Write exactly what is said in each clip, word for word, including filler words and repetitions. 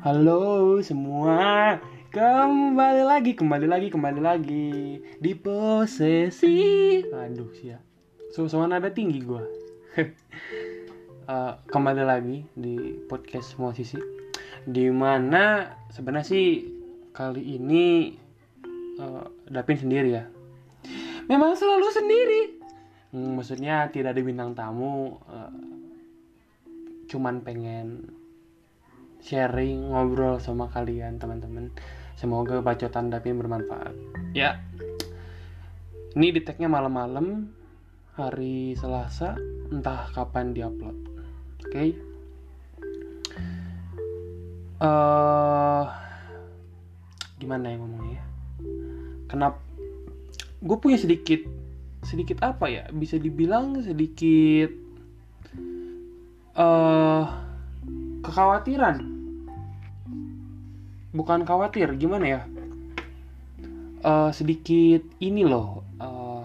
Halo semua, kembali lagi, kembali lagi, kembali lagi di posesi. Aduh sia, so-soan nada tinggi gue. uh, Kembali lagi di podcast semua sisi. Dimana sebenarnya sih kali ini uh, Dapin sendiri ya. Memang selalu sendiri. Hmm, maksudnya tidak ada bintang tamu. Uh, cuman pengen sharing, ngobrol sama kalian teman-teman. Semoga bacotan Dapin bermanfaat. Ya, ini di tag-nya malam-malam hari Selasa, entah kapan diupload. Oke. Okay? Uh, gimana ya ngomongnya? Kenapa? Gue punya sedikit, sedikit apa ya? Bisa dibilang sedikit uh, kekhawatiran. Bukan khawatir, gimana ya? Uh, sedikit ini loh. Uh,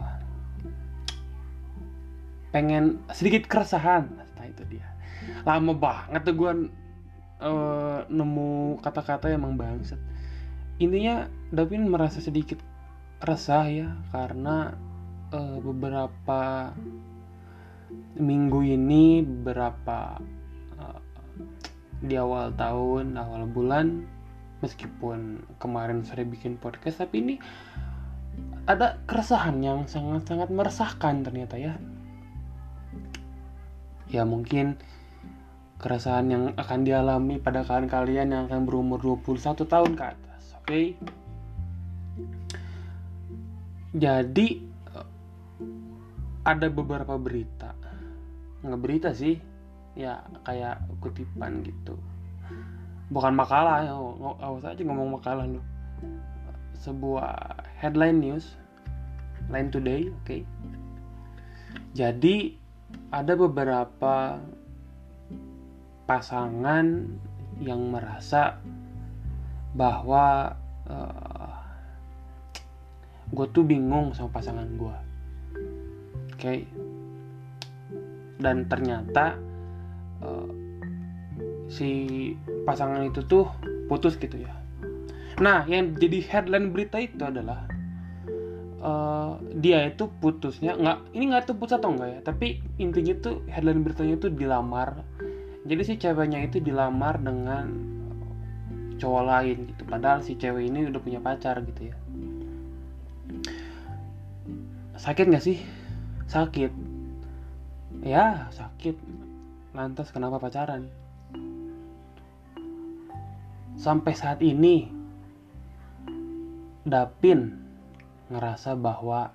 pengen sedikit keresahan. Nah itu dia. Lama banget tuh gue uh, nemu kata-kata yang emang bangsat. Intinya Davin merasa sedikit resah ya karena uh, beberapa minggu ini, beberapa uh, di awal tahun, awal bulan, meskipun kemarin sore bikin podcast, tapi ini ada keresahan yang sangat-sangat meresahkan ternyata ya. Ya mungkin keresahan yang akan dialami pada kalian-kalian yang akan berumur dua puluh satu tahun ke atas. Oke. Okay? Jadi ada beberapa berita. Nggak berita sih. Ya kayak kutipan gitu. Bukan makalah ya. Awas aja ngomong makalah lu. Sebuah headline news. Line Today, oke. Okay? Jadi ada beberapa pasangan yang merasa bahwa uh, gue tuh bingung sama pasangan gue, oke, okay? Dan ternyata uh, si pasangan itu tuh putus gitu ya. Nah, yang jadi headline berita itu adalah uh, dia itu putusnya nggak, ini nggak tahu putus atau enggak ya, tapi intinya tuh headline beritanya tuh dilamar. Jadi si ceweknya itu dilamar dengan cowok lain gitu. Padahal si cewek ini udah punya pacar gitu ya. Sakit gak sih? Sakit. Ya sakit. Lantas kenapa pacaran? Sampai saat ini Dapin ngerasa bahwa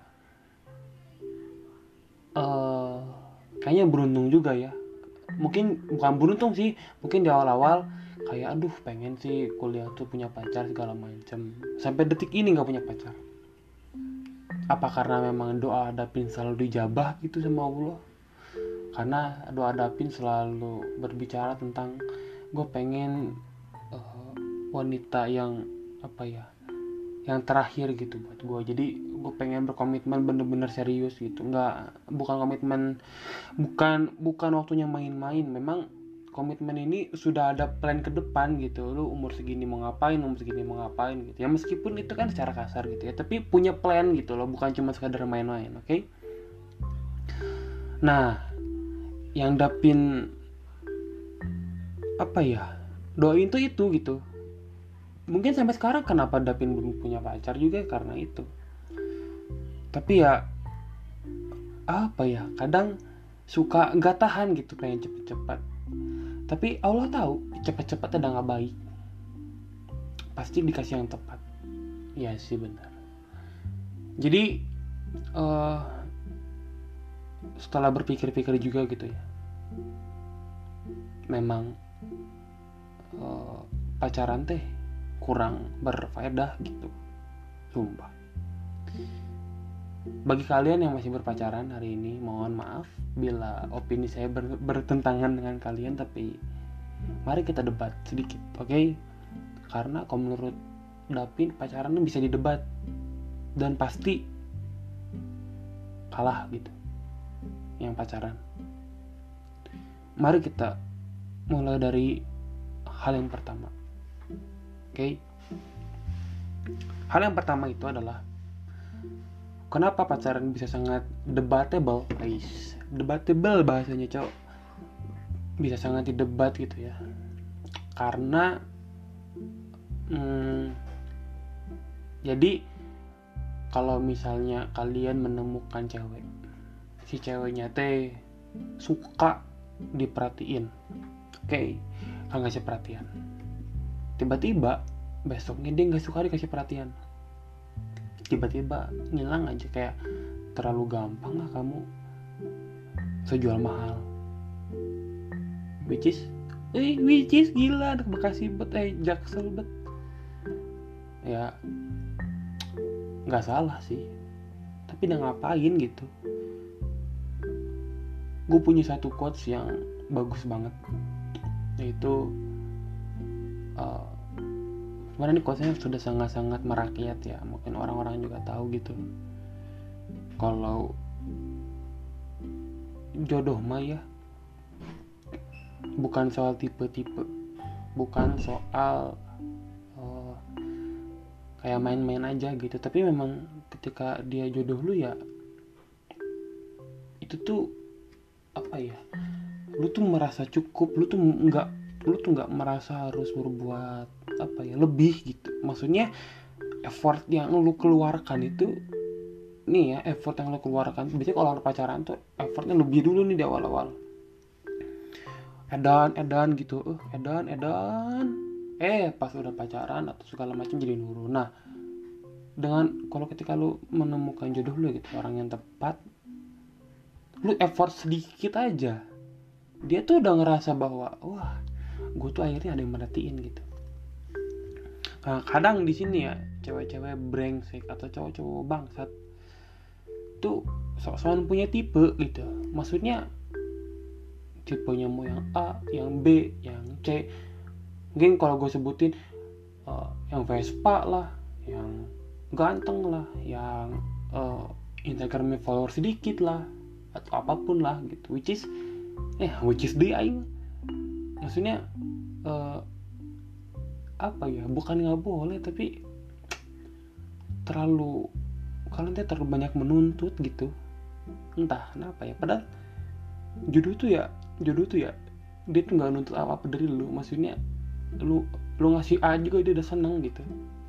uh, kayaknya beruntung juga ya. Mungkin bukan beruntung sih, mungkin di awal-awal kayak aduh pengen sih kuliah tuh punya pacar segala macam. Sampai detik ini nggak punya pacar. Apa karena memang doa Dapin selalu dijabah gitu sama Allah? Karena doa Dapin selalu berbicara tentang gue pengen uh, wanita yang apa ya, yang terakhir gitu buat gue. Jadi gue pengen berkomitmen bener-bener serius gitu. Nggak, bukan komitmen, bukan bukan waktunya main-main. Memang komitmen ini sudah ada plan ke depan gitu. Lu umur segini mau ngapain, umur segini mau ngapain gitu. Ya meskipun itu kan secara kasar gitu ya, tapi punya plan gitu loh, bukan cuma sekadar main-main, oke? Okay? Nah, yang Dapin apa ya, doain tuh itu gitu. Mungkin sampai sekarang kenapa Dapin belum punya pacar juga karena itu. Tapi ya apa ya, kadang suka gak tahan gitu, pengen cepet-cepet. Tapi Allah tahu cepet-cepet ada gak baik. Pasti dikasih yang tepat. Ya sih benar. Jadi uh, setelah berpikir-pikir juga gitu ya, memang uh, pacaran teh kurang berfaedah gitu, sumpah. Bagi kalian yang masih berpacaran hari ini, mohon maaf bila opini saya ber- bertentangan dengan kalian, tapi mari kita debat sedikit, oke? Okay? Karena kalau menurut Dapin pacaran bisa didebat dan pasti kalah gitu yang pacaran. Mari kita mulai dari hal yang pertama. Okay? Hal yang pertama itu adalah kenapa pacaran bisa sangat debatable, guys. Debatable bahasanya, cowok. Bisa sangat didebat gitu ya. Karena hmm, jadi kalau misalnya kalian menemukan cewek, si ceweknya teh suka diperhatiin, oke, okay, kan ngasih perhatian. Tiba-tiba besoknya dia nggak suka dikasih perhatian, tiba-tiba ngilang aja, kayak terlalu gampang lah kamu sejual mahal, which is eh which is gila, anak Bekasi bet, eh Jaksel bet, ya nggak salah sih, tapi udah ngapain gitu. Gue punya satu quotes yang bagus banget, yaitu uh, sebenarnya ini quotesnya sudah sangat-sangat merakyat ya, mungkin orang-orang juga tahu gitu. Kalau jodoh mah ya bukan soal tipe-tipe, bukan soal uh, kayak main-main aja gitu, tapi memang ketika dia jodoh lu ya, itu tuh apa ya, lu tuh merasa cukup, lu tuh nggak lu tuh nggak merasa harus berbuat apa ya lebih gitu. Maksudnya effort yang lu keluarkan itu nih ya, effort yang lu keluarkan biasanya kalau orang pacaran tuh effortnya lebih dulu nih di awal-awal, edan edan gitu, uh, edan edan eh pas udah pacaran atau segala macam jadi nurun. Nah, dengan kalau ketika lu menemukan jodoh lu gitu, orang yang tepat, lu effort sedikit aja, dia tuh udah ngerasa bahwa wah, gue tuh akhirnya ada yang merhatiin gitu. Nah, kadang di sini ya cewek-cewek brengsek atau cowok-cowok bangsat tuh sok-sokan punya tipe gitu. Maksudnya tipenya mau yang A, yang B, yang C. Mungkin kalau gue sebutin uh, yang Vespa lah, yang ganteng lah, yang uh, Instagramnya follower sedikit lah, atau apapun lah gitu. Which is eh which is dia aing. Maksudnya uh, apa ya, bukan nggak boleh, tapi terlalu kalian tuh terlalu banyak menuntut gitu, entah kenapa ya. Padahal jodoh tuh ya jodoh tuh ya dia tuh nggak nuntut apa-apa dari lu. Maksudnya lu lu ngasih A juga dia udah seneng gitu.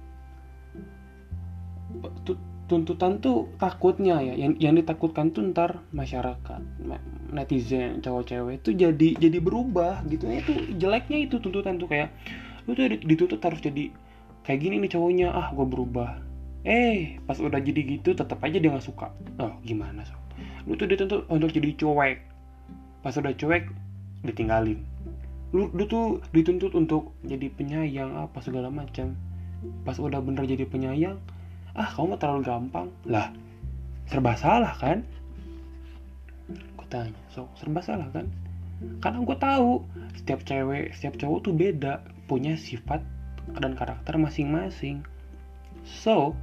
Tuntutan tuh takutnya ya, yang yang ditakutkan tuh ntar masyarakat, netizen, cowok cewek tuh jadi jadi berubah gitu. Itu jeleknya itu tuntutan tuh, kayak lu tuh dituntut harus jadi kayak gini nih cowoknya, ah gue berubah. Eh pas udah jadi gitu tetap aja dia nggak suka. Oh gimana so? Lu tuh dituntut untuk jadi cuek, pas udah cuek ditinggalin. Lu, lu tuh dituntut untuk jadi penyayang apa segala macam, pas udah bener jadi penyayang, ah kamu terlalu gampang lah, serba salah kan? Gue tanya, so serba salah kan? Karena gue tahu setiap cewek, setiap cowok tuh beda, punya sifat dan karakter masing-masing. So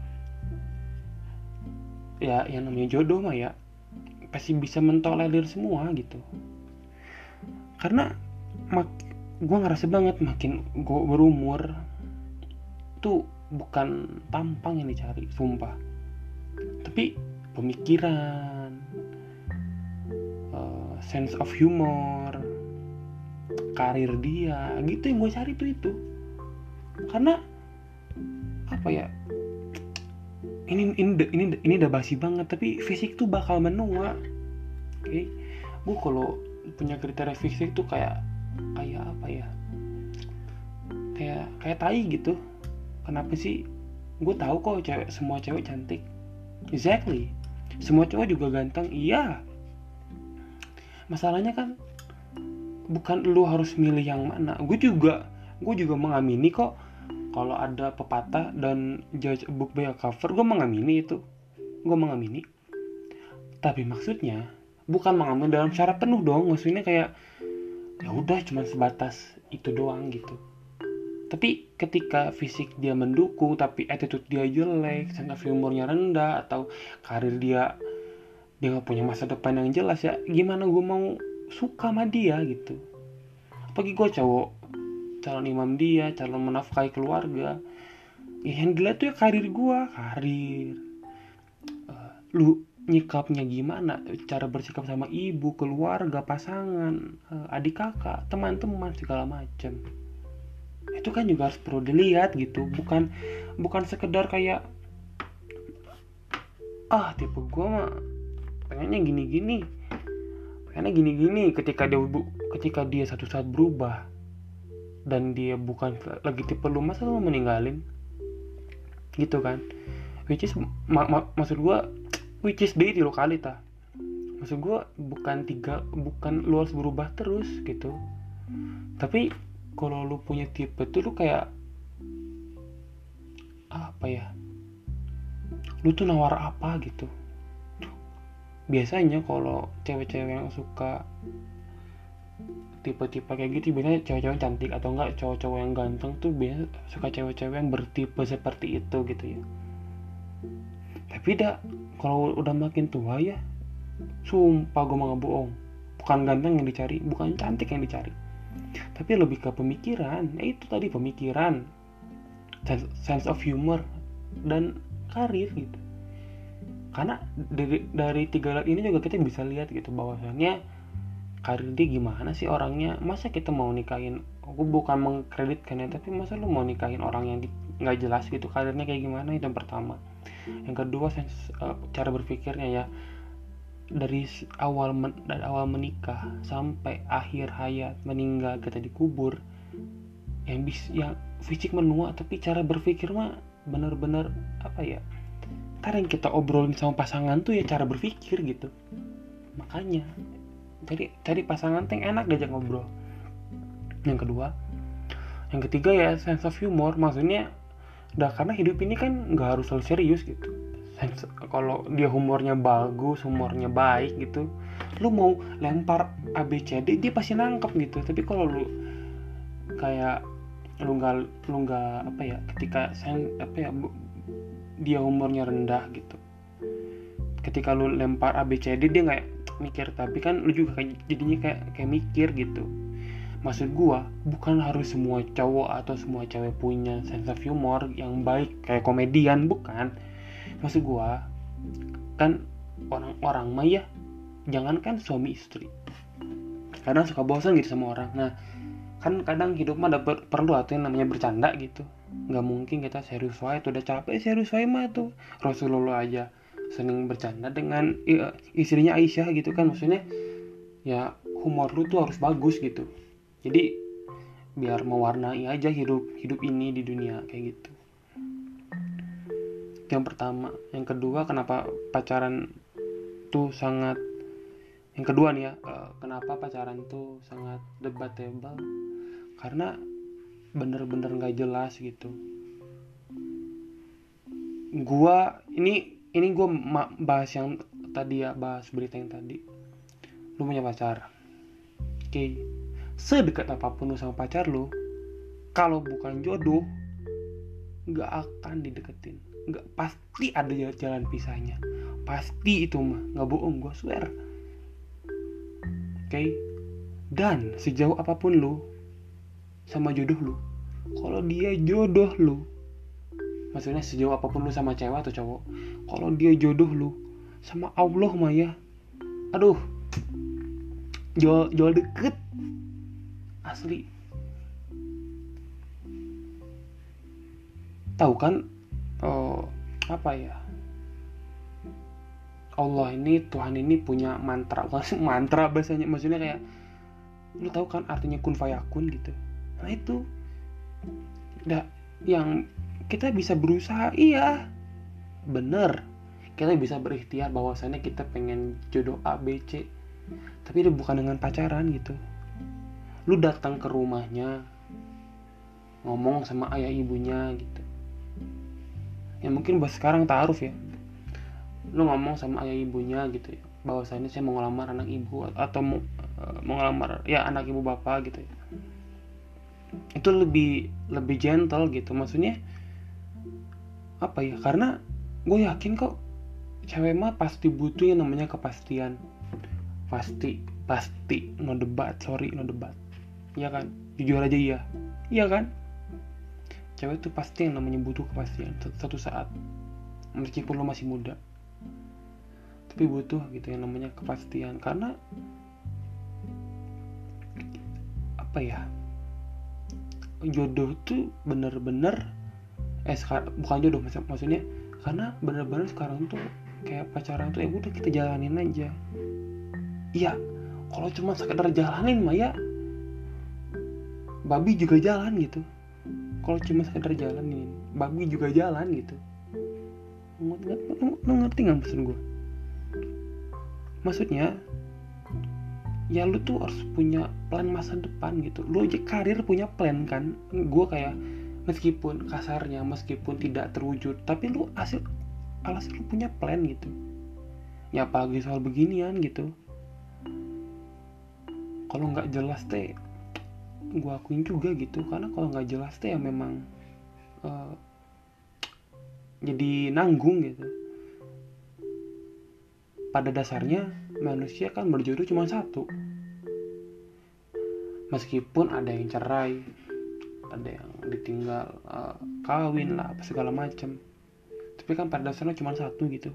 ya yang namanya jodoh mah ya pasti bisa mentolerir semua gitu. Karena mak- gue ngerasa banget makin gue berumur tuh bukan tampang yang dicari, sumpah, tapi pemikiran, uh, sense of humor, karir dia gitu yang gue cari tuh itu. Karena apa ya, ini ini ini ini udah basi banget, tapi fisik tuh bakal menua. Oke, okay? Gue kalau punya kriteria fisik tuh kayak kayak apa ya, kayak kayak tai gitu. Kenapa sih? Gue tahu kok cewek, semua cewek cantik, exactly, semua cowok juga ganteng, iya. Masalahnya kan bukan lu harus milih yang mana. Gue juga gue juga mengamini kok kalau ada pepatah dan judge a book by a cover, gue mengamini itu, gue mengamini. Tapi maksudnya bukan mengamini dalam syarat penuh dong. Maksudnya kayak ya udah cuma sebatas itu doang gitu. Tapi ketika fisik dia mendukung tapi attitude dia jelek, sense of humornya rendah, atau karir dia dia nggak punya masa depan yang jelas, ya gimana gue mau suka sama dia gitu. Apalagi gue cowok, calon imam dia, calon menafkahi keluarga. Ya, yang dilihat tuh ya karir gue, karir. Uh, lu nyikapnya gimana, cara bersikap sama ibu, keluarga, pasangan, uh, adik kakak, teman-teman segala macam. Itu kan juga harus perlu dilihat gitu, bukan bukan sekedar kayak ah tipe gue mah pengennya gini-gini, pengennya gini-gini. Ketika dia ketika dia satu saat berubah dan dia bukan lagi tipe lu, masa lu meninggalin gitu kan? Which is ma- ma- maksud gue which is day di lokalita. Maksud gue bukan tiga bukan lu harus berubah terus gitu. Tapi kalau lu punya tipe tuh lu kayak apa ya? Lu tuh nawar apa gitu. Biasanya kalau cewek-cewek yang suka tipe-tipe kayak gitu biasanya cewek-cewek cantik atau enggak cowok-cowok yang ganteng tuh biasa suka cewek-cewek yang bertipe seperti itu gitu ya. Tapi dah kalau udah makin tua ya, sumpah gue mau bohong, bukan ganteng yang dicari, bukan cantik yang dicari, tapi lebih ke pemikiran. Ya itu tadi, pemikiran, sense of humor, dan karir gitu. Karena dari, dari tiga hal ini juga kita bisa lihat gitu bahwasannya karir dia gimana sih orangnya. Masa kita mau nikahin, aku bukan mengkreditkan ya, tapi masa lu mau nikahin orang yang nggak jelas gitu karirnya kayak gimana? Itu yang pertama. Yang kedua, sense, uh, cara berpikirnya ya, dari awal men, dari awal menikah sampai akhir hayat meninggal kita dikubur, yang bis yang fisik menua tapi cara berpikir mah benar-benar apa ya, ntar yang kita obrolin sama pasangan tuh ya cara berpikir gitu. Makanya jadi cari pasangan tuh yang enak diajak ngobrol. Yang kedua, yang ketiga ya sense of humor. Maksudnya udah, karena hidup ini kan nggak harus selalu serius gitu. Kalau dia humornya bagus, humornya baik gitu, lu mau lempar A B C D dia pasti nangkep gitu. Tapi kalau lu kayak lu nggak lu nggak apa ya, ketika sen apa ya dia humornya rendah gitu, ketika lu lempar A B C D dia nggak mikir, tapi kan lu juga kayak jadinya kayak kayak mikir gitu. Maksud gua bukan harus semua cowok atau semua cewek punya sense of humor yang baik kayak komedian, bukan. Maksud gua kan orang-orang mah ya, jangankan suami istri, kadang suka bosan gitu sama orang. Nah kan kadang hidup mah ada per- perlu atau yang namanya bercanda gitu. Nggak mungkin kita serius wae tuh, udah capek serius wae mah tuh. Rasulullah aja sering bercanda dengan ya, istrinya Aisyah gitu kan. Maksudnya ya humor lu tuh harus bagus gitu, jadi biar mewarnai aja hidup hidup ini di dunia kayak gitu. Yang pertama. Yang kedua, kenapa pacaran tuh sangat yang kedua nih ya kenapa pacaran tuh sangat debatable, karena bener-bener nggak jelas gitu. Gua ini ini gue bahas yang tadi ya, bahas berita yang tadi. Lu punya pacar, oke, okay. Sedekat apapun lu sama pacar lu, kalau bukan jodoh nggak akan dideketin, nggak, pasti ada jalan pisahnya, pasti itu mah nggak bohong, gue swear. Oke, okay? Dan sejauh apapun lu sama jodoh lu, kalau dia jodoh lu, maksudnya sejauh apapun lu sama cewek atau cowok, kalau dia jodoh lu sama Allah mah ya, aduh, jual jual deket asli. Tahu kan oh, apa ya, Allah ini, Tuhan ini punya mantra, mantra bahasanya, maksudnya kayak lu tahu kan artinya kun fayakun gitu. Nah itu dah yang kita bisa berusaha, iya bener, kita bisa berikhtiar bahwasannya kita pengen jodoh A B C, tapi itu bukan dengan pacaran gitu. Lu datang ke rumahnya, ngomong sama ayah ibunya gitu, ya mungkin buat sekarang ta'aruf ya, lu ngomong sama ayah ibunya gitu ya, bahwasannya saya mau ngelamar anak ibu atau mau, mau ngelamar ya anak ibu bapak gitu ya. Itu lebih lebih gentle gitu, maksudnya apa ya, karena gue yakin kok cewek mah pasti butuh yang namanya kepastian. Pasti pasti no debat, sorry no debat. Iya kan, jujur aja iya, iya kan. Cewek tuh pasti yang namanya butuh kepastian satu saat, meskipun lo masih muda, tapi butuh gitu yang namanya kepastian. Karena apa ya, jodoh tuh bener-bener eh sekarang, bukan jodoh maksud, maksudnya karena bener-bener sekarang tuh kayak pacaran tuh ya udah kita jalanin aja. Iya, kalau cuma sekedar jalanin mah ya babi juga jalan gitu. Kalau cuma sekedar jalanin, babi juga jalan gitu. Lu ngerti nggak maksud gue? Maksudnya ya lu tuh harus punya plan masa depan gitu. Lu aja karir punya plan kan. Gue kayak meskipun kasarnya, meskipun tidak terwujud, tapi lu hasil alasan lu punya plan gitu. Ya apalagi soal beginian gitu. Kalau nggak jelas teh, gue akuin juga gitu. Karena kalau nggak jelas teh ya memang uh, jadi nanggung gitu. Pada dasarnya manusia kan berjodoh cuma satu. Meskipun ada yang cerai, ada yang ditinggal uh, kawin lah apa segala macam, tapi kan pada dasarnya cuma satu gitu.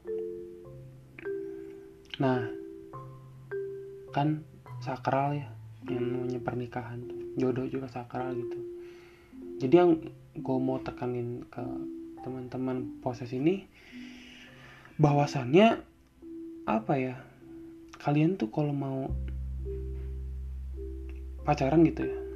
Nah kan sakral ya yang namanya pernikahan tuh, jodoh juga sakral gitu. Jadi yang gue mau tekanin ke teman-teman proses ini, bahwasannya apa ya, kalian tuh kalau mau pacaran gitu ya,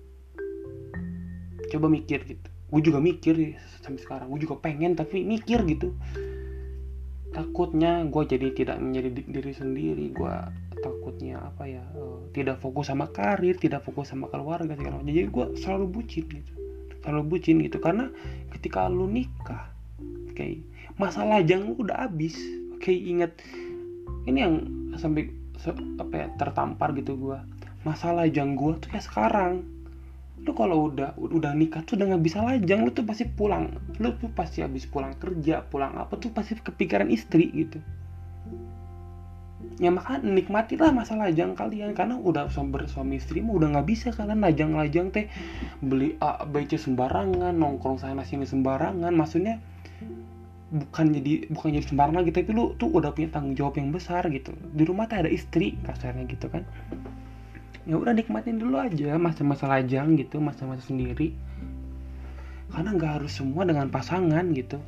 coba mikir gitu. Gue juga mikir ya, sampai sekarang gue juga pengen tapi mikir gitu. Takutnya gue jadi tidak menjadi diri sendiri. Gue takutnya apa ya, uh, tidak fokus sama karir, tidak fokus sama keluarga segala macam. Jadi gue selalu bucin gitu, selalu bucin gitu. Karena ketika lu nikah, oke, okay, masa lajang lu udah habis. Oke, okay, ingat ini yang sampai apa ya, tertampar gitu gue. Masa lajang gue tuh kayak sekarang. Lu kalau udah udah nikah tuh udah nggak bisa lajang. Lu tuh pasti pulang, lu tuh pasti habis pulang kerja, pulang apa tuh pasti kepikiran istri gitu. Ya maka nikmatilah masa lajang kalian. Karena udah bersuami istri mah udah nggak bisa kalian lajang-lajang teh, beli A B C sembarangan, nongkrong sana sini sembarangan. Maksudnya bukan jadi bukan jadi sembarangan gitu, tapi lu tuh udah punya tanggung jawab yang besar gitu. Di rumah tuh ada istri kasarnya gitu kan. Ya udah nikmatin dulu aja masa-masa lajang gitu, masa-masa sendiri. Karena nggak harus semua dengan pasangan gitu.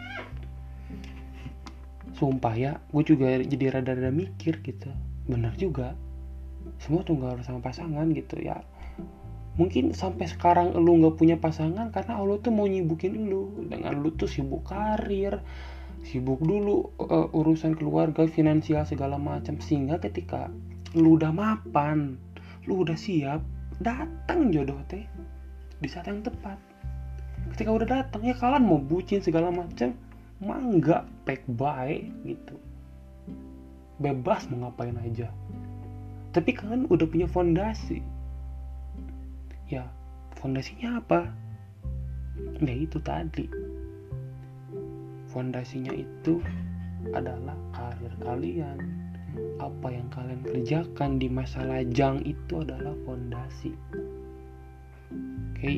Sumpah ya, gue juga jadi rada-rada mikir gitu. Bener juga, semua tuh gak harus sama pasangan gitu ya. Mungkin sampai sekarang lu gak punya pasangan karena Allah tuh mau nyibukin lu. Dengan lu tuh sibuk karir, sibuk dulu uh, urusan keluarga, finansial segala macam. Sehingga ketika lu udah mapan, lu udah siap, datang jodoh teh di saat yang tepat. Ketika udah datang ya kalian mau bucin segala macam, mangga pek baik gitu, bebas mau ngapain aja. Tapi kalian udah punya fondasi. Ya fondasinya apa? Ya itu tadi, fondasinya itu adalah karir kalian. Apa yang kalian kerjakan di masa lajang itu adalah fondasi. Oke, okay?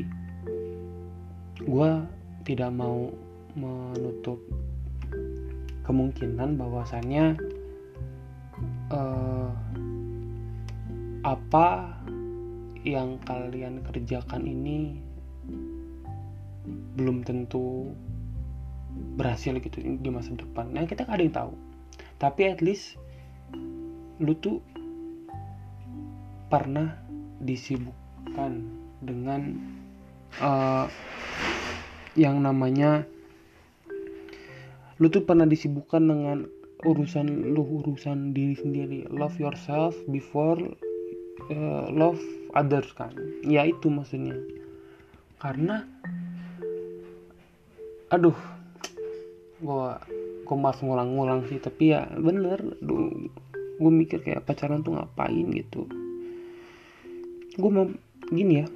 Gue tidak mau menutup kemungkinan bahwasannya uh, apa yang kalian kerjakan ini belum tentu berhasil gitu di masa depan. Nah kita gak ada yang tahu, tapi at least lu tuh pernah disibukkan dengan uh, yang namanya lu tuh pernah disibukkan dengan urusan lu, urusan diri sendiri. Love yourself before uh, love others kan. Ya itu maksudnya. Karena aduh, gua gua mas ngulang-ngulang sih, tapi ya bener. Aduh, gua mikir kayak pacaran tuh ngapain gitu. Gua mau gini ya.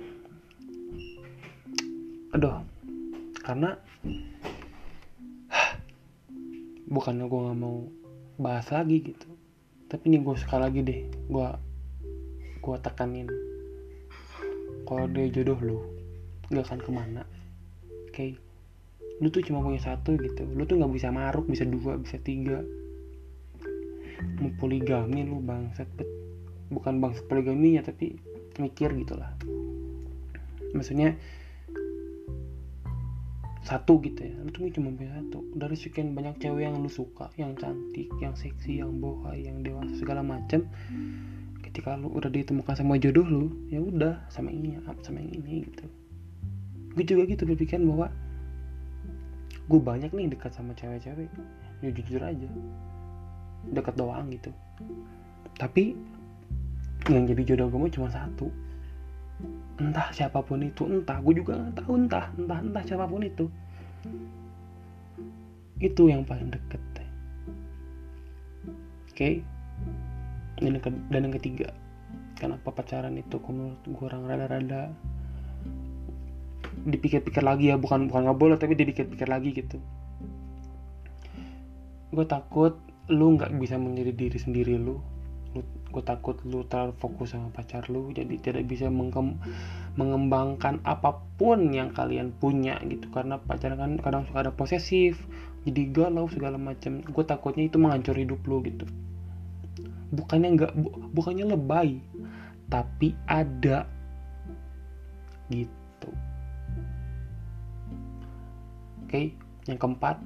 Aduh, karena bukannya gue nggak mau bahas lagi gitu, tapi ini gue sekali lagi deh gue gue tekanin, kalau dia jodoh lu nggak akan kemana. Oke, okay? Lu tuh cuma punya satu gitu, lu tuh nggak bisa maruk, bisa dua, bisa tiga, mau poligami lu bangsat bet. Bukan bangsat poligaminya, tapi mikir gitulah, maksudnya satu gitu ya, lu tuh cuma punya satu dari sekian banyak cewek yang lu suka, yang cantik, yang seksi, yang bohai, yang dewasa segala macam. Ketika lu udah ditemukan sama jodoh lu, ya udah sama ini sama yang ini gitu. Gue juga gitu berpikiran bahwa gue banyak nih dekat sama cewek-cewek, ya jujur aja dekat doang gitu, tapi yang jadi jodoh gue cuma satu, entah siapapun itu, entah gue juga nggak tahu, entah entah entah siapapun itu itu yang paling deket. Oke, okay? dan, dan yang ketiga, kenapa pacaran itu menurut gue orang rada-rada dipikir-pikir lagi ya, bukan bukan nggak boleh tapi dipikir-pikir lagi gitu. Gue takut lu nggak bisa menjadi diri sendiri lu. lu gue takut lu terlalu fokus sama pacar lu, jadi tidak bisa mengkem, mengembangkan apapun yang kalian punya gitu, karena pacaran kan kadang suka ada posesif, jadi galau segala macam. Gue takutnya itu menghancur hidup lu gitu. Bukannya nggak bu, bukannya lebay, tapi ada gitu. Oke, okay, yang keempat,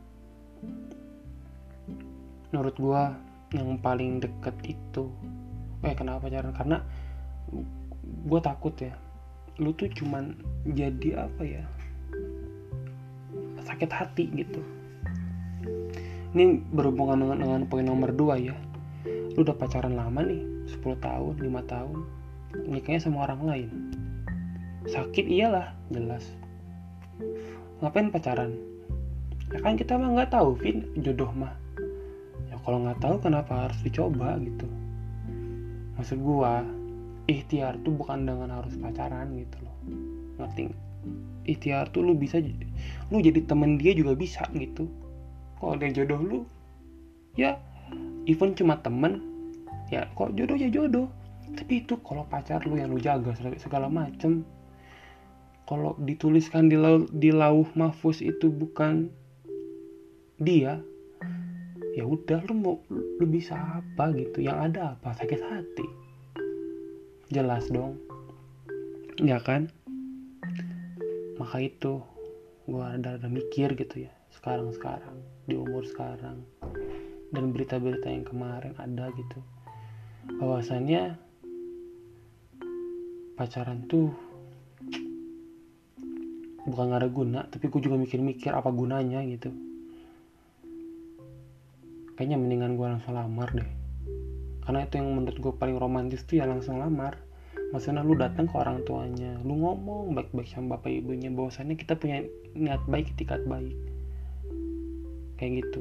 menurut gue yang paling deket itu, eh kenapa pacaran? Karena gue takut ya, lu tuh cuman jadi apa ya, sakit hati gitu. Ini berhubungan dengan, dengan poin nomor dua ya. Lu udah pacaran lama nih, sepuluh tahun, lima tahun, nikahnya sama orang lain. Sakit iyalah, jelas. Ngapain pacaran? Ya kan kita mah nggak tahu, Vin, jodoh mah. Ya kalau nggak tahu kenapa harus dicoba gitu. Maksud gua, ikhtiar tuh bukan dengan harus pacaran gitu loh. Ngerti? Ikhtiar tuh lu bisa, lu jadi temen dia juga bisa gitu. Kalau dia jodoh lu, ya even cuma temen, ya kalau jodoh ya jodoh. Tapi itu kalau pacar lu yang lu jaga segala macem, kalau dituliskan di lauh, di lauh mahfuz itu bukan dia, ya udah lu mau lu bisa apa gitu, yang ada apa, sakit hati, jelas dong, ya kan? Maka itu gue ada ada mikir gitu ya, sekarang sekarang di umur sekarang dan berita-berita yang kemarin ada gitu, bahwasannya pacaran tuh bukan gak ada guna, tapi gue juga mikir-mikir apa gunanya gitu. Kayaknya mendingan gue langsung lamar deh, karena itu yang menurut gue paling romantis tuh ya langsung lamar. Maksudnya lu datang ke orang tuanya, lu ngomong baik-baik sama bapak ibunya bahwasannya kita punya niat baik, itikat baik, kayak gitu.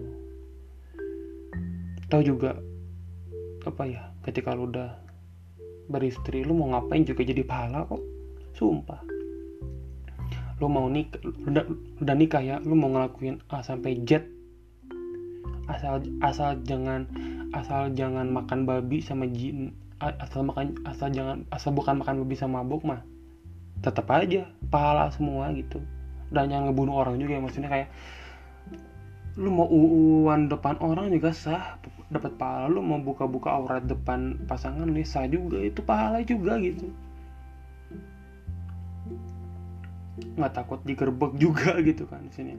Tahu juga apa ya, ketika lu udah beristri, lu mau ngapain juga jadi pahala kok, sumpah. Lu mau nikah, udah, udah nikah ya, lu mau ngelakuin A sampai Z, asal asal jangan asal jangan makan babi sama jin, asal makan asal jangan asal bukan makan babi sama mabuk mah tetap aja pahala semua gitu. Dan jangan ngebunuh orang juga ya, maksudnya kayak lu mau uuan depan orang juga sah, dapat pahala. Lu mau buka-buka aurat depan pasangan lu sah juga, itu pahala juga gitu. Nggak takut digerebek juga gitu kan sini.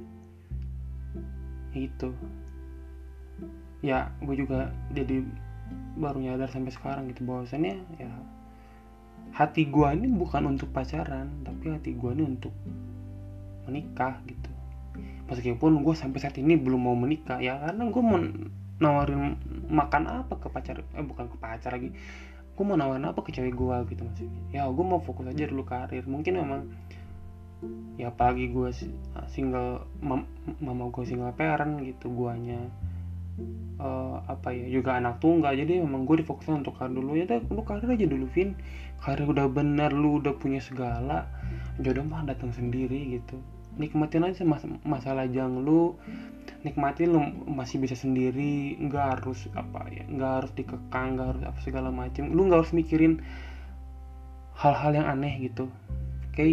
Itu ya gue juga jadi baru nyadar sampai sekarang gitu, bahwasannya ya hati gue ini bukan untuk pacaran, tapi hati gue ini untuk menikah gitu. Meskipun gue sampai saat ini belum mau menikah ya, karena gue mau nawarin makan apa ke pacar, eh bukan ke pacar lagi, gue mau nawarin apa ke cewek gue gitu maksudnya. Ya gue mau fokus aja dulu karir. Mungkin memang ya apalagi gue single, mam, mama gue single parent gitu, guanya uh, apa ya juga anak tunggal, jadi memang gue difokuskan untuk karir dulu. Ya udah lu karir aja dulu, Vin, karir udah benar, lu udah punya segala, jodoh mah datang sendiri gitu. Nikmatin aja mas- masa lajang lu, nikmatin lu masih bisa sendiri, nggak harus apa ya, nggak harus dikekang, nggak harus apa segala macam. Lu nggak harus mikirin hal-hal yang aneh gitu. Oke, okay?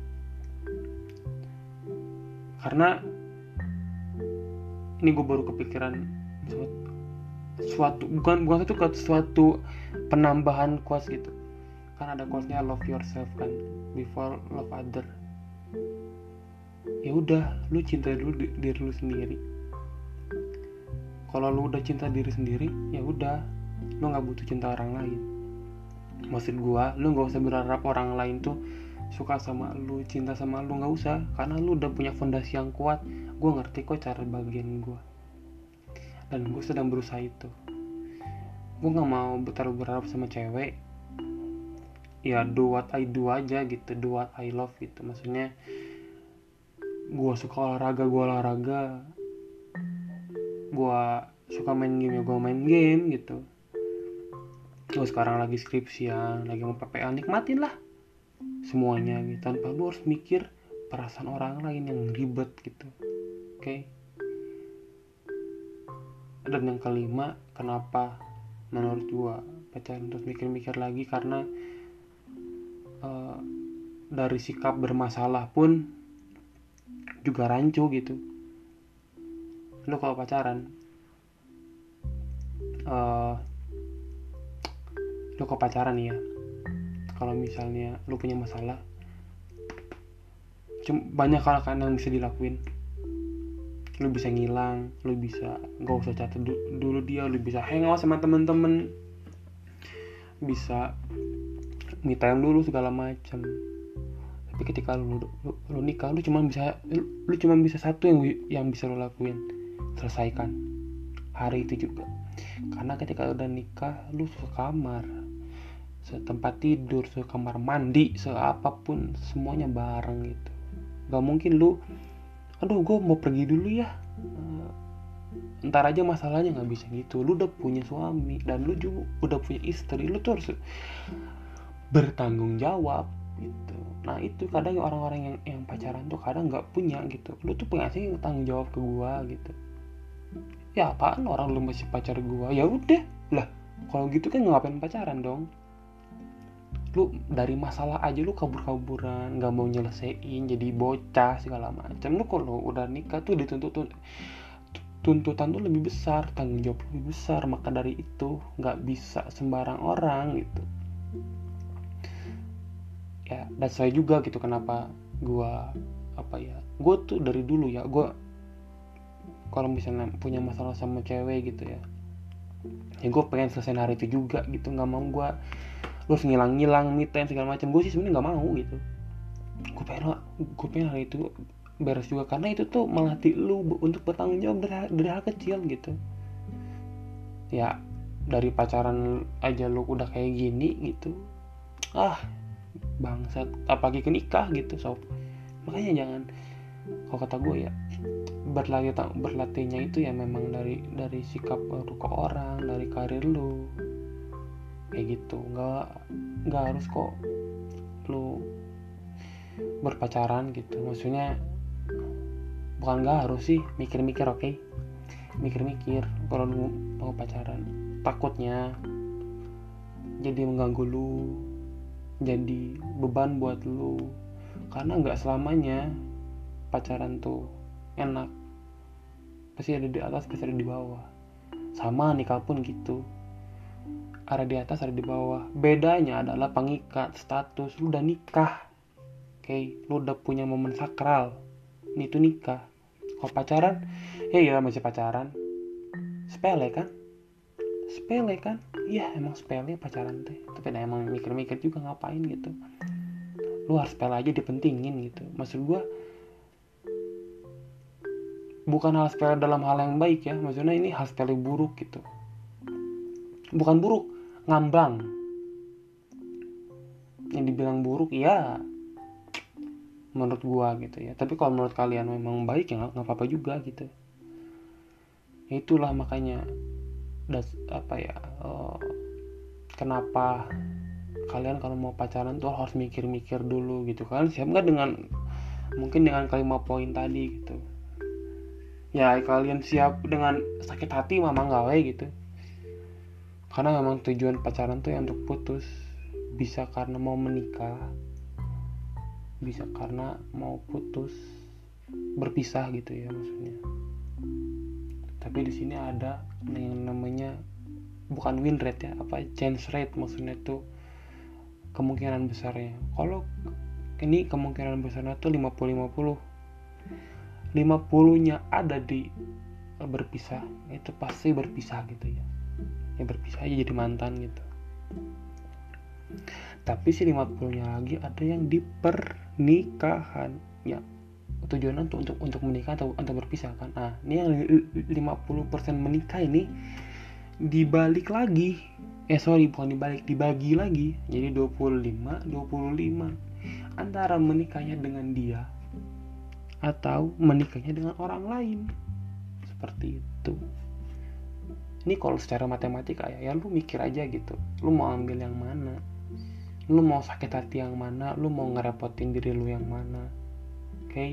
Karena ini gue baru kepikiran suatu, suatu bukan bukan suatu suatu penambahan quotes gitu. Kan ada quotesnya love yourself kan before love other. Ya udah, lu cinta dulu diri lu sendiri. Kalau lu udah cinta diri sendiri, ya udah, lu nggak butuh cinta orang lain. Maksud gua, lu nggak usah berharap orang lain tuh suka sama lu, cinta sama lu, nggak usah, karena lu udah punya fondasi yang kuat. Gua ngerti kok cara bagian gua, dan gua sedang berusaha itu. Gua nggak mau terlalu berharap sama cewek. Ya do what I do aja gitu, do what I love gitu. Maksudnya gua suka olahraga, gua olahraga. Gua suka main game, ya gua main game gitu. Gua sekarang lagi skripsian, lagi mau P P A, nikmatin lah semuanya gitu, tanpa lu harus mikir perasaan orang lain yang ribet gitu. Oke, okay? Dan yang kelima, kenapa menurut gua pacaran terus mikir-mikir lagi, karena uh, dari sikap bermasalah pun juga rancu gitu. Lu kalau pacaran uh, lu kalau pacaran nih ya, kalau misalnya lu punya masalah, cuma banyak hal kan yang bisa dilakuin. Lu bisa ngilang, lu bisa gak usah catat dulu dia, lu bisa hangout sama temen-temen, bisa me time dulu segala macam. Tapi ketika lu, lu, lu nikah, lu cuma bisa lu, lu cuma bisa satu yang yang bisa lu lakuin, selesaikan hari itu juga. Karena ketika udah nikah, lu sekamar, setempat tidur, sekamar mandi, seapapun, semuanya bareng gitu. Gak mungkin lu, aduh gue mau pergi dulu ya, uh, ntar aja masalahnya, gak bisa gitu. Lu udah punya suami, dan lu juga udah punya istri, lu tuh harus bertanggung jawab gitu. Nah itu kadang orang-orang yang, yang pacaran tuh kadang gak punya gitu. Lu tuh punya sih tanggung jawab ke gua gitu. Ya apaan orang lu masih pacar gua? Ya udah lah, kalau gitu kan ngapain pacaran dong? Lu dari masalah aja lu kabur-kaburan, nggak mau nyelesain, jadi bocah segala macam. Lu kalau udah nikah tuh dituntut tuntutan tuh lebih besar, tanggung jawab lebih besar. Maka dari itu nggak bisa sembarang orang gitu. Ya, dan saya juga gitu kenapa gua apa ya? Gua tuh dari dulu ya, gua kalau misalnya punya masalah sama cewek gitu ya, ya gue pengen selesai hari itu juga gitu. Nggak mau gue terus ngilang-ngilang me time segala macam. Gue sih sebenarnya nggak mau gitu. Gue pengen gue pengen hari itu beres juga, karena itu tuh melatih lu untuk bertanggung jawab dari, dari hal kecil gitu. Ya dari pacaran aja lu udah kayak gini gitu, ah bangsat, apalagi ke nikah gitu sob. Makanya jangan, kalau kata gue ya, berlatih berlatihnya itu ya memang dari dari sikap lu ke orang, dari karir lu kayak gitu. Nggak nggak harus kok lu berpacaran gitu. Maksudnya bukan nggak harus sih, mikir-mikir, oke okay? Mikir-mikir kalau lu mau pacaran. Takutnya jadi mengganggu lu, jadi beban buat lu, karena nggak selamanya pacaran tuh enak. Pasti ada di atas, pasti ada di bawah. Sama nikah pun gitu, ada di atas, ada di bawah. Bedanya adalah pengikat status. Lu udah nikah, oke okay? Lu udah punya momen sakral, ini tuh nikah. Kalau pacaran, ya ya masih pacaran, sepele kan, sepele kan, iya emang sepele pacaran teh. Tapi nah, emang mikir-mikir juga ngapain gitu. Lu harus sepele aja dipentingin gitu. Maksud gua bukan hal sepele dalam hal yang baik ya, maksudnya ini hal sepele buruk gitu. Bukan buruk, ngambang. Yang dibilang buruk ya menurut gua gitu ya. Tapi kalau menurut kalian memang baik ya nggak apa-apa juga gitu. Ya itulah makanya das, apa ya uh, kenapa kalian kalau mau pacaran tuh harus mikir-mikir dulu gitu. Kalian siap nggak dengan mungkin dengan kelima poin tadi gitu. Ya kalian siap dengan sakit hati mama gawe gitu, karena memang tujuan pacaran tuh ya untuk putus, bisa karena mau menikah, bisa karena mau putus, berpisah gitu ya maksudnya. Tapi di sini ada yang namanya bukan win rate ya, apa chance rate maksudnya tuh kemungkinan besarnya. Kalau ini kemungkinan besarnya tuh lima puluh lima puluh. lima puluh-nya ada di berpisah, itu pasti berpisah gitu ya. Ya berpisah aja jadi mantan gitu. Tapi si lima puluh-nya lagi ada yang di pernikahan. Ya, tujuannya untuk untuk untuk menikah atau untuk berpisah kan. Nah, ini yang lima puluh persen menikah ini dibalik lagi. Eh sorry, bukan dibalik, dibagi lagi. Jadi dua puluh lima dua puluh lima antara menikahnya dengan dia atau menikahnya dengan orang lain. Seperti itu. Ini kalau secara matematika ya, ya lu mikir aja gitu. Lu mau ambil yang mana? Lu mau sakit hati yang mana? Lu mau ngerepotin diri lu yang mana? Oke? Okay?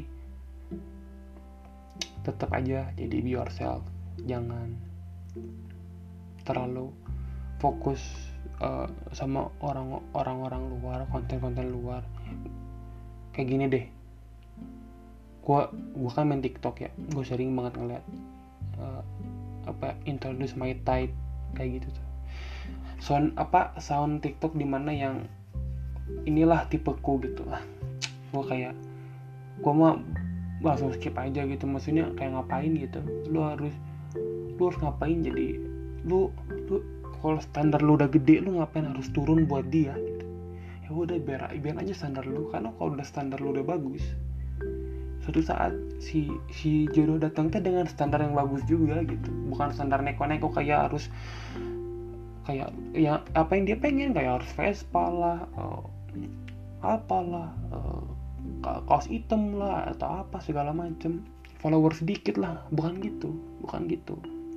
Tetap aja jadi be yourself. Jangan terlalu fokus uh, sama orang orang-orang luar, konten-konten luar. Kayak gini deh. Gua gua kan main TikTok ya. Gua sering banget ngeliat uh, apa introduce my type kayak gitu tuh. Sound apa sound TikTok di mana yang inilah tipeku gitu lah. Gua kayak gua mah langsung skip aja gitu. Maksudnya kayak ngapain gitu. Lu harus lu harus ngapain jadi lu lu kalau standar lu udah gede lu ngapain harus turun buat dia gitu. Ya udah biar biar aja standar lu, karena kalau udah standar lu udah bagus, suatu saat si si jodoh datang tuh dengan standar yang bagus juga gitu, bukan standar neko-neko kayak harus kayak ya apa yang dia pengen, kayak harus Vespa lah, uh, apalah, uh, kaos hitam lah atau apa segala macem, followers sedikit lah, bukan gitu, bukan gitu.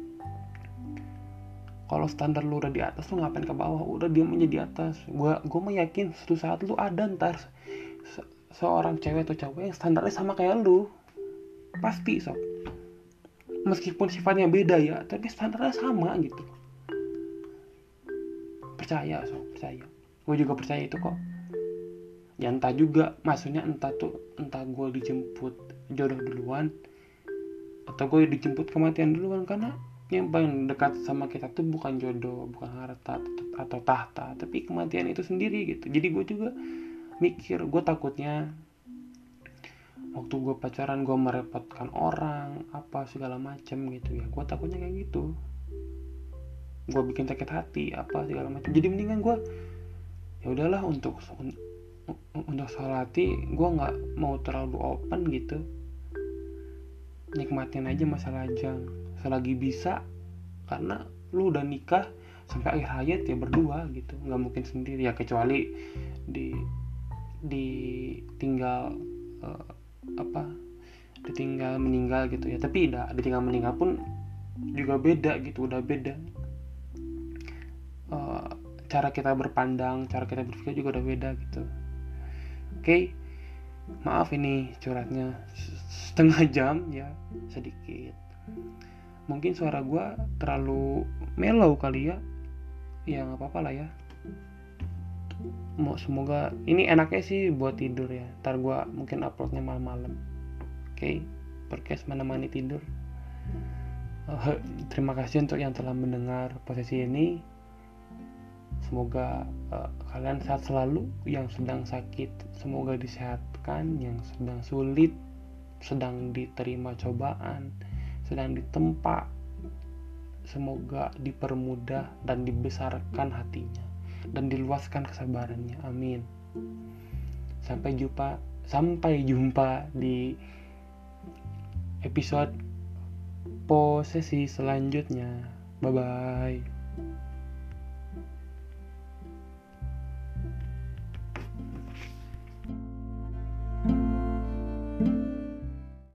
Kalau standar lu udah di atas, lu ngapain ke bawah? Udah diam aja di atas. Gua gua mah yakin suatu saat lu ada ntar se- seorang cewek atau cowok yang standarnya sama kayak lu. Pasti sob. Meskipun sifatnya beda ya, tapi standarnya sama gitu. Percaya sob, percaya. Gue juga percaya itu kok. Ya entah juga, maksudnya entah tuh entah gue dijemput jodoh duluan atau gue dijemput kematian duluan, karena yang paling dekat sama kita tuh bukan jodoh, bukan harta atau tahta, tapi kematian itu sendiri gitu. Jadi gue juga mikir, gue takutnya waktu gue pacaran gue merepotkan orang apa segala macam gitu ya. Gue takutnya kayak gitu, gue bikin sakit hati apa segala macam. Jadi mendingan gue ya udahlah, untuk untuk soal hati gue nggak mau terlalu open gitu, nikmatin aja masa lajang selagi bisa, karena lu udah nikah sampai akhir hayat ya berdua gitu, nggak mungkin sendiri ya, kecuali di ditinggal uh, apa ditinggal meninggal gitu ya. Tapi dah ditinggal meninggal pun juga beda gitu, udah beda uh, cara kita berpandang, cara kita berpikir juga udah beda gitu. Oke, okay. Maaf ini curhatnya setengah jam ya, sedikit. Mungkin suara gue terlalu mellow kali ya. Ya gak apa-apa lah ya. Mau semoga ini enaknya sih buat tidur ya. Ntar gue mungkin uploadnya malam-malam. Oke, okay. Podcast menemani tidur. uh, Terima kasih untuk yang telah mendengar posisi ini. Semoga uh, kalian sehat selalu. Yang sedang sakit semoga disehatkan. Yang sedang sulit, sedang diterima cobaan, sedang ditempa, semoga dipermudah dan dibesarkan hatinya dan diluaskan kesabarannya. Amin. Sampai jumpa, sampai jumpa di episode posesi selanjutnya. Bye bye.